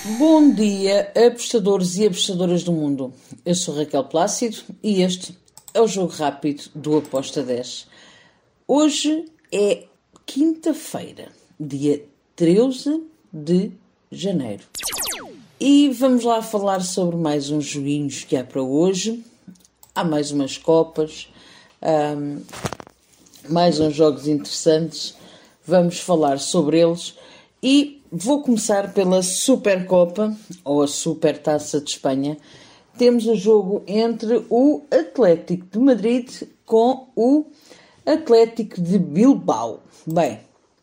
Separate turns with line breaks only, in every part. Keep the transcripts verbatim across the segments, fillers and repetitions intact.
Bom dia, apostadores e apostadoras do mundo. Eu sou Raquel Plácido e este é o Jogo Rápido do Aposta dez. Hoje é quinta-feira, dia treze de janeiro. E vamos lá falar sobre mais uns joguinhos que há para hoje. Há mais umas copas, um, mais uns jogos interessantes. Vamos falar sobre eles e vou começar pela Supercopa, ou a Supertaça de Espanha. Temos o jogo entre o Atlético de Madrid com o Atlético de Bilbao. Bem,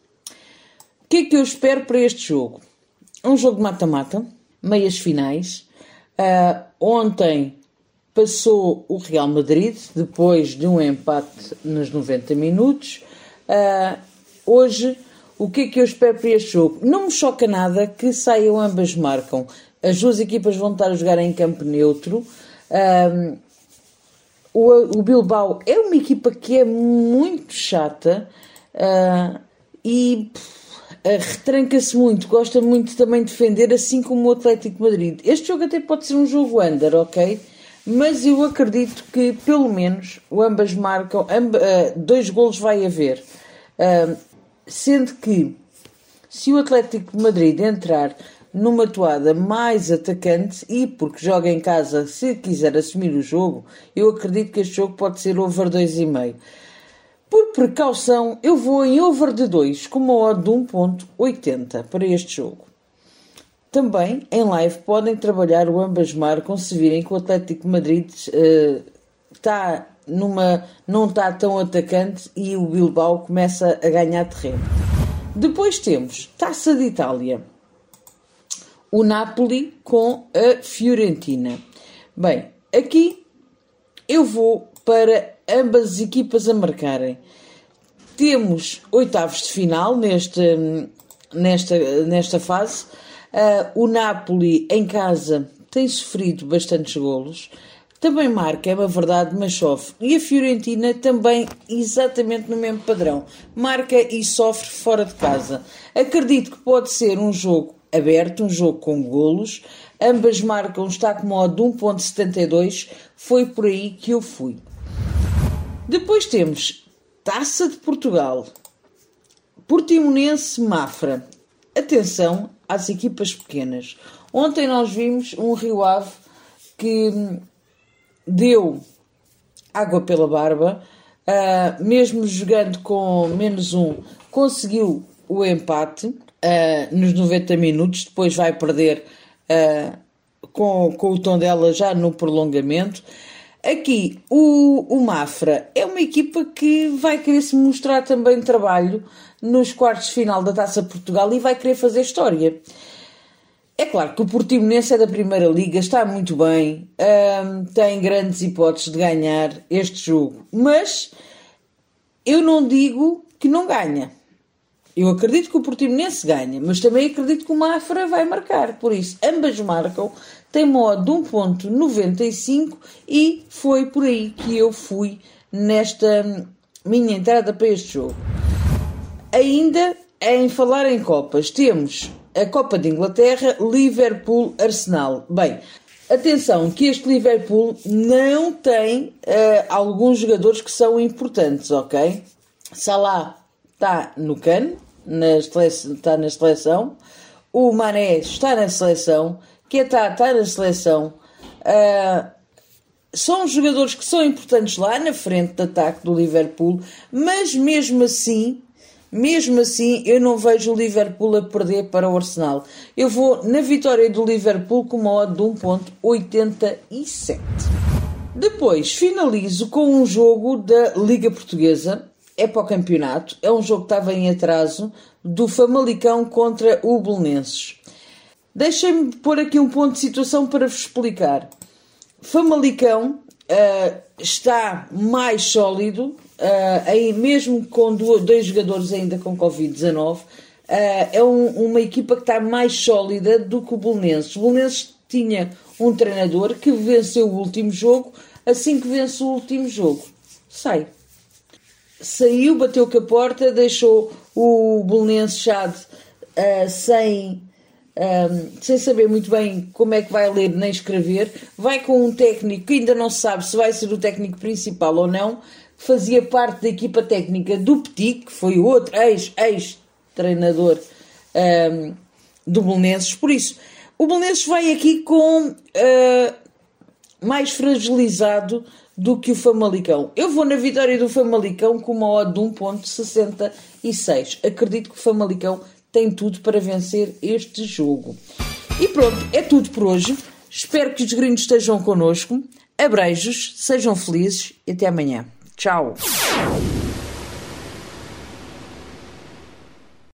o que é que eu espero para este jogo? Um jogo de mata-mata, meias finais. Uh, ontem passou o Real Madrid, depois de um empate nos noventa minutos. Uh, hoje, o que é que eu espero para este jogo? Não me choca nada que saiam ambas marcam. As duas equipas vão estar a jogar em campo neutro. Um, o, o Bilbao é uma equipa que é muito chata uh, e uh, retranca-se muito, gosta muito também de defender, assim como o Atlético de Madrid. Este jogo até pode ser um jogo under, ok? Mas eu acredito que pelo menos o ambas marcam, amb, uh, dois golos vai haver. Uh, Sendo que, se o Atlético de Madrid entrar numa toada mais atacante e porque joga em casa, se quiser assumir o jogo, eu acredito que este jogo pode ser over dois vírgula cinco. Por precaução, eu vou em over de dois, com uma odd de um vírgula oitenta para este jogo. Também, em live, podem trabalhar o ambas marcam se virem que o Atlético de Madrid uh, está... Numa, não está tão atacante e o Bilbao começa a ganhar terreno. Depois temos Taça de Itália, o Napoli com a Fiorentina. Bem, aqui eu vou para ambas as equipas a marcarem. Temos oitavos de final neste, nesta, nesta fase. Uh, o Napoli em casa tem sofrido bastantes golos. Também marca, é uma verdade, mas sofre. E a Fiorentina também exatamente no mesmo padrão. Marca e sofre fora de casa. Acredito que pode ser um jogo aberto, um jogo com golos. Ambas marcam, está com modo de um vírgula setenta e dois. Foi por aí que eu fui. Depois temos Taça de Portugal. Portimonense Mafra. Atenção às equipas pequenas. Ontem nós vimos um Rio Ave que deu água pela barba, uh, mesmo jogando com menos um, conseguiu o empate uh, nos noventa minutos, depois vai perder uh, com, com o Tondela já no prolongamento. Aqui o, o Mafra é uma equipa que vai querer se mostrar também trabalho nos quartos de final da Taça Portugal e vai querer fazer história. É claro que o Portimonense é da Primeira Liga, está muito bem, hum, tem grandes hipóteses de ganhar este jogo, mas eu não digo que não ganha. Eu acredito que o Portimonense ganha, mas também acredito que o Mafra vai marcar, por isso ambas marcam, tem modo de um vírgula noventa e cinco e foi por aí que eu fui nesta minha entrada para este jogo. Ainda em falar em Copas, temos a Copa de Inglaterra, Liverpool-Arsenal. Bem, atenção que este Liverpool não tem uh, alguns jogadores que são importantes, ok? Salah está no cano, na seleção, está na seleção. O Mané está na seleção. Keita está na seleção. Uh, são jogadores que são importantes lá na frente de ataque do Liverpool, mas mesmo assim... Mesmo assim, eu não vejo o Liverpool a perder para o Arsenal. Eu vou na vitória do Liverpool com uma odd de um vírgula oitenta e sete. Depois, finalizo com um jogo da Liga Portuguesa. É para o campeonato. É um jogo que estava em atraso. Do Famalicão contra o Belenenses. Deixem-me pôr aqui um ponto de situação para vos explicar. Famalicão uh, está mais sólido. Uh, aí mesmo com dois jogadores ainda com covid dezanove, uh, é um, uma equipa que está mais sólida do que o Belenenses. O Belenenses tinha um treinador que venceu o último jogo, assim que vence o último jogo, sai. Saiu, bateu com a porta, deixou o Belenenses já uh, sem um, sem saber muito bem como é que vai ler nem escrever. Vai com um técnico que ainda não se sabe se vai ser o técnico principal ou não, que fazia parte da equipa técnica do Petit, que foi o outro ex-ex-treinador um, do Belenenses. Por isso, o Belenenses vai aqui com uh, mais fragilizado do que o Famalicão. Eu vou na vitória do Famalicão com uma odd de um ponto sessenta e seis. Acredito que o Famalicão tem tudo para vencer este jogo. E pronto, é tudo por hoje. Espero que os gringos estejam connosco. Abreijos, sejam felizes e até amanhã. Tchau!